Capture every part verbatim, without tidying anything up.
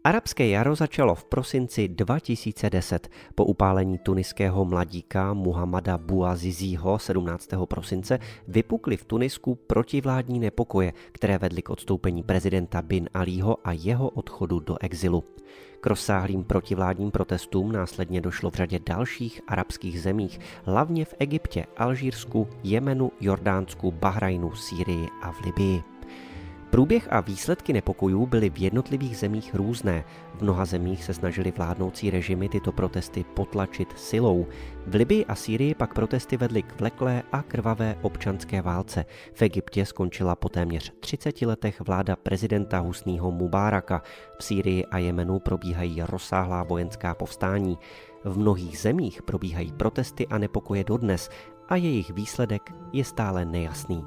Arabské jaro začalo v prosinci dva tisíce deset. Po upálení tuniského mladíka Muhammada Bouazizího sedmnáctého prosince vypukly v Tunisku protivládní nepokoje, které vedly k odstoupení prezidenta Bin Alího a jeho odchodu do exilu. K rozsáhlým protivládním protestům následně došlo v řadě dalších arabských zemích, hlavně v Egyptě, Alžírsku, Jemenu, Jordánsku, Bahrajnu, Sýrii a v Libyi. Průběh a výsledky nepokojů byly v jednotlivých zemích různé. V mnoha zemích se snažili vládnoucí režimy tyto protesty potlačit silou. V Libyi a Sýrii pak protesty vedly k vleklé a krvavé občanské válce. V Egyptě skončila po téměř třiceti letech vláda prezidenta Husního Mubáraka. V Sýrii a Jemenu probíhají rozsáhlá vojenská povstání. V mnohých zemích probíhají protesty a nepokoje dodnes a jejich výsledek je stále nejasný.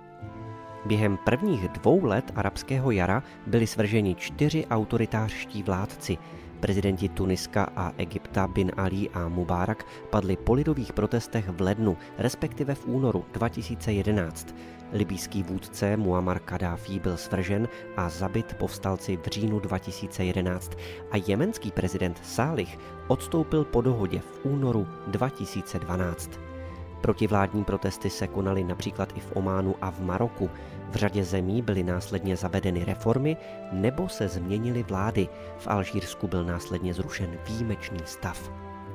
Během prvních dvou let arabského jara byli svrženi čtyři autoritářští vládci. Prezidenti Tuniska a Egypta Bin Ali a Mubárak padli po lidových protestech v lednu, respektive v únoru dva tisíce jedenáct. Libýský vůdce Muammar Kaddáfí byl svržen a zabit povstalci v říjnu dva tisíce jedenáct a jemenský prezident Sálih odstoupil po dohodě v únoru dva tisíce dvanáct. Protivládní protesty se konaly například i v Ománu a v Maroku. V řadě zemí byly následně zavedeny reformy nebo se změnily vlády. V Alžírsku byl následně zrušen výjimečný stav.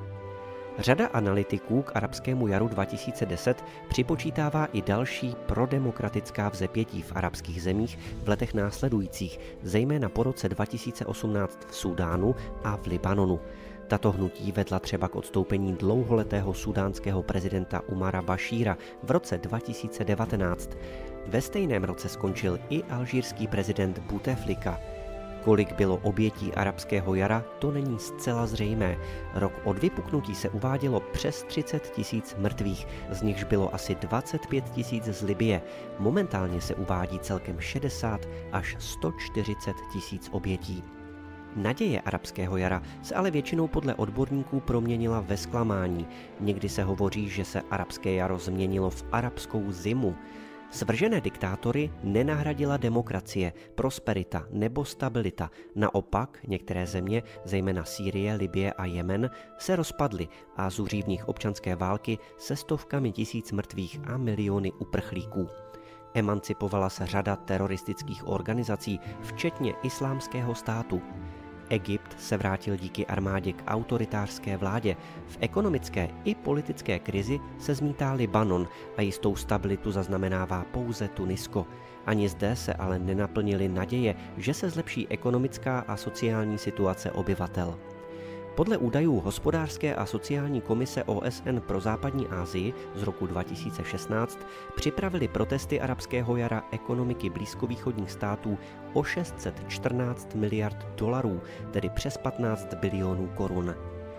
Řada analytiků k arabskému jaru dva tisíce deset připočítává i další prodemokratická vzepětí v arabských zemích v letech následujících, zejména po roce dva tisíce osmnáct v Súdánu a v Libanonu. Tato hnutí vedla třeba k odstoupení dlouholetého súdánského prezidenta Umara Bašíra v roce dva tisíce devatenáct. Ve stejném roce skončil i alžírský prezident Bouteflika. Kolik bylo obětí arabského jara, to není zcela zřejmé. Rok od vypuknutí se uvádělo přes třicet tisíc mrtvých, z nichž bylo asi dvacet pět tisíc z Libye. Momentálně se uvádí celkem šedesát až sto čtyřicet tisíc obětí. Naděje arabského jara se ale většinou podle odborníků proměnila ve zklamání. Někdy se hovoří, že se arabské jaro změnilo v arabskou zimu. Svržené diktátory nenahradila demokracie, prosperita nebo stabilita. Naopak některé země, zejména Sýrie, Libye a Jemen, se rozpadly a zuří v nich občanské války se stovkami tisíc mrtvých a miliony uprchlíků. Emancipovala se řada teroristických organizací, včetně Islámského státu. Egypt se vrátil díky armádě k autoritářské vládě. V ekonomické i politické krizi se zmítá Libanon a jistou stabilitu zaznamenává pouze Tunisko. Ani zde se ale nenaplnily naděje, že se zlepší ekonomická a sociální situace obyvatel. Podle údajů Hospodářské a sociální komise O S N pro západní Asii z roku dva tisíce šestnáct připravili protesty arabského jara ekonomiky blízkovýchodních států o šest set čtrnáct miliard dolarů, tedy přes patnáct bilionů korun.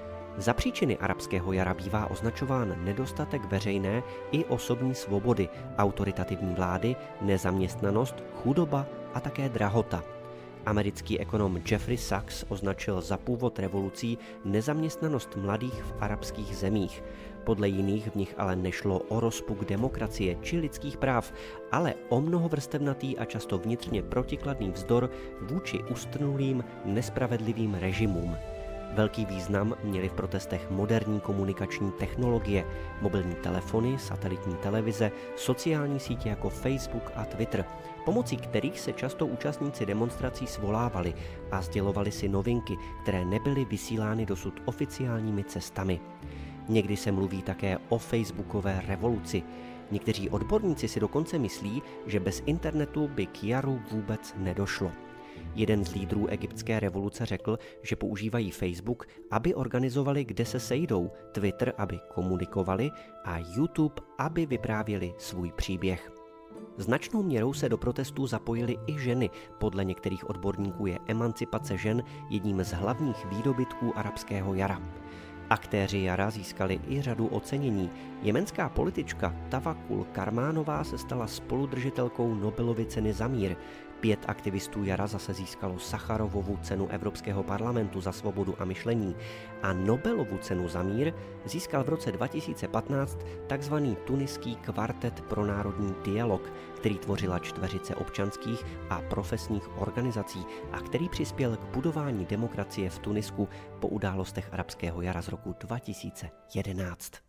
Za příčiny arabského jara bývá označován nedostatek veřejné i osobní svobody, autoritativní vlády, nezaměstnanost, chudoba a také drahota. Americký ekonom Jeffrey Sachs označil za původ revolucí nezaměstnanost mladých v arabských zemích. Podle jiných v nich ale nešlo o rozpuk demokracie či lidských práv, ale o mnohovrstevnatý a často vnitřně protikladný vzdor vůči ustrnulým, nespravedlivým režimům. Velký význam měly v protestech moderní komunikační technologie, mobilní telefony, satelitní televize, sociální sítě jako Facebook a Twitter, pomocí kterých se často účastníci demonstrací svolávali a sdělovali si novinky, které nebyly vysílány dosud oficiálními cestami. Někdy se mluví také o facebookové revoluci. Někteří odborníci si dokonce myslí, že bez internetu by k jaru vůbec nedošlo. Jeden z lídrů egyptské revoluce řekl, že používají Facebook, aby organizovali, kde se sejdou, Twitter, aby komunikovali a YouTube, aby vyprávěli svůj příběh. Značnou měrou se do protestů zapojily i ženy. Podle některých odborníků je emancipace žen jedním z hlavních výdobytků arabského jara. Aktéři jara získali i řadu ocenění. Jemenská politička Tawakkul Karmánová se stala spoludržitelkou Nobelovy ceny za mír. Pět aktivistů jara zase získalo Sacharovovu cenu Evropského parlamentu za svobodu a myšlení a Nobelovu cenu za mír získal v roce dva tisíce patnáct takzvaný tuniský kvartet pro národní dialog, který tvořila čtveřice občanských a profesních organizací a který přispěl k budování demokracie v Tunisku po událostech arabského jara z roku dva tisíce jedenáct.